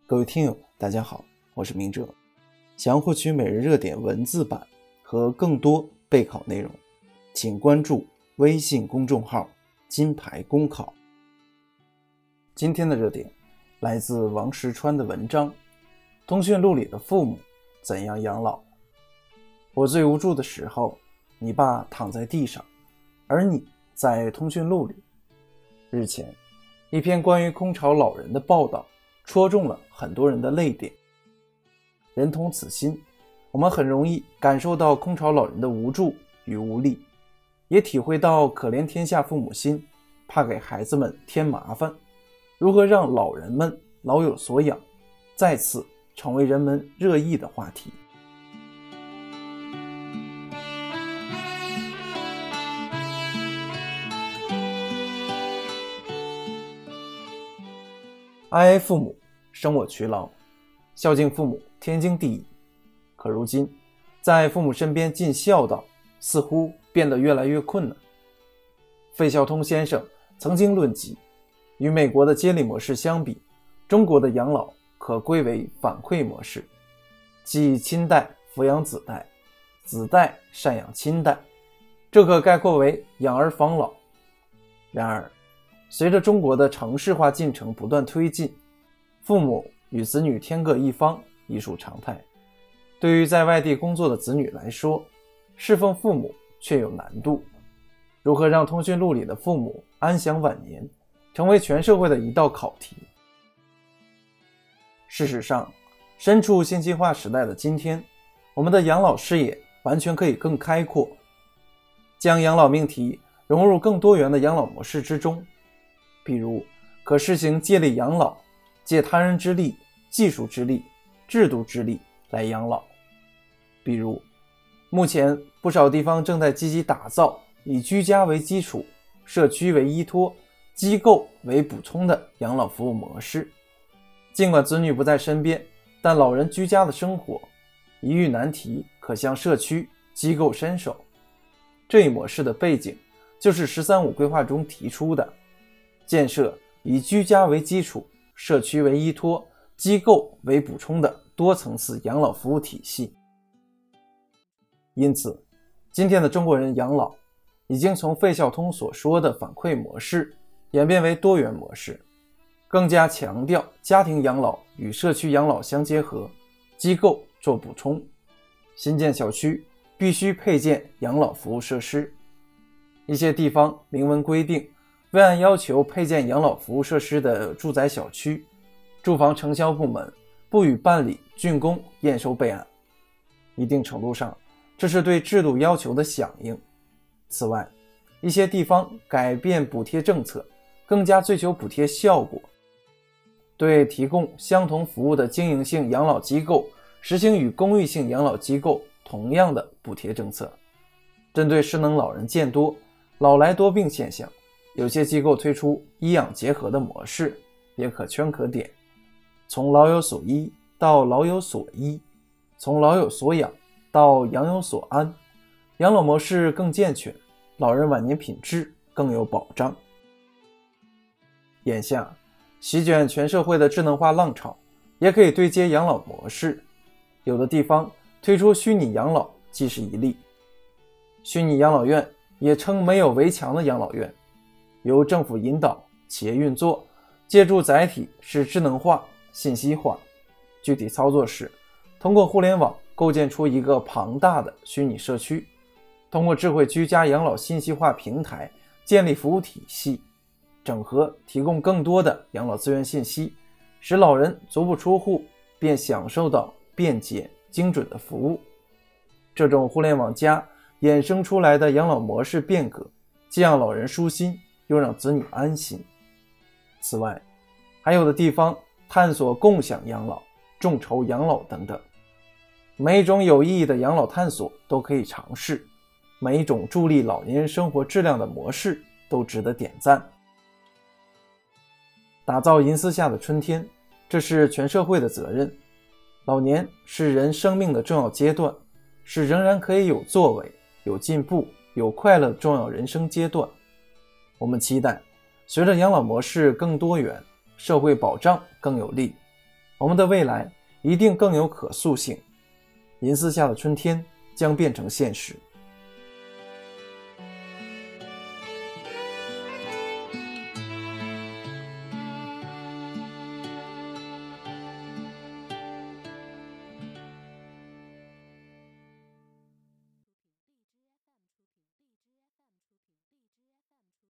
各位听友大家好，我是明哲。想要获取每日热点文字版和更多备考内容，请关注微信公众号金牌公考。今天的热点来自王石川的文章，通讯录里的父母怎样养老。我最无助的时候，你爸躺在地上，而你在通讯录里。日前，一篇关于空巢老人的报道戳中了很多人的泪点。人同此心，我们很容易感受到空巢老人的无助与无力，也体会到可怜天下父母心，怕给孩子们添麻烦。如何让老人们老有所养，再次成为人们热议的话题。哀哀父母，生我劬劳，孝敬父母天经地义。可如今，在父母身边尽孝道，似乎变得越来越困难。费孝通先生曾经论及，与美国的接力模式相比，中国的养老可归为反馈模式，即亲代抚养子代，子代赡养亲代，这可概括为养儿防老。然而，随着中国的城市化进程不断推进，父母与子女天各一方已属常态。对于在外地工作的子女来说，侍奉父母却有难度。如何让通讯录里的父母安享晚年，成为全社会的一道考题。事实上，身处信息化时代的今天，我们的养老视野完全可以更开阔，将养老命题融入更多元的养老模式之中。比如，可实行借力养老，借他人之力、技术之力、制度之力来养老。比如，目前不少地方正在积极打造以居家为基础、社区为依托、机构为补充的养老服务模式。尽管子女不在身边，但老人居家的生活，一遇难题可向社区、机构伸手。这一模式的背景就是“十三五”规划中提出的建设以居家为基础、社区为依托、机构为补充的多层次养老服务体系。因此，今天的中国人养老已经从费孝通所说的反馈模式演变为多元模式，更加强调家庭养老与社区养老相结合，机构做补充。新建小区必须配建养老服务设施。一些地方明文规定，未按要求配建养老服务设施的住宅小区，住房承销部门不予办理竣工验收备案。一定程度上，这是对制度要求的响应。此外，一些地方改变补贴政策，更加追求补贴效果，对提供相同服务的经营性养老机构实行与公益性养老机构同样的补贴政策。针对失能老人渐多、老来多病现象，有些机构推出医养结合的模式，也可圈可点。从老有所依到老有所依，从老有所养到养有所安，养老模式更健全，老人晚年品质更有保障。眼下，席卷全社会的智能化浪潮，也可以对接养老模式。有的地方推出虚拟养老即是一例。虚拟养老院也称没有围墙的养老院，由政府引导，企业运作，借助载体是智能化、信息化。具体操作是，通过互联网构建出一个庞大的虚拟社区，通过智慧居家养老信息化平台建立服务体系，整合提供更多的养老资源信息，使老人足不出户便享受到便捷精准的服务。这种互联网加衍生出来的养老模式变革，既让老人舒心，又让子女安心。此外，还有的地方探索共享养老、众筹养老等等。每一种有意义的养老探索都可以尝试，每一种助力老年人生活质量的模式都值得点赞。打造银丝下的春天，这是全社会的责任。老年是人生命的重要阶段，是仍然可以有作为、有进步、有快乐的重要人生阶段。我们期待随着养老模式更多元，社会保障更有力， 我们的未来一定更有可塑性，银丝下的春天将变成现实。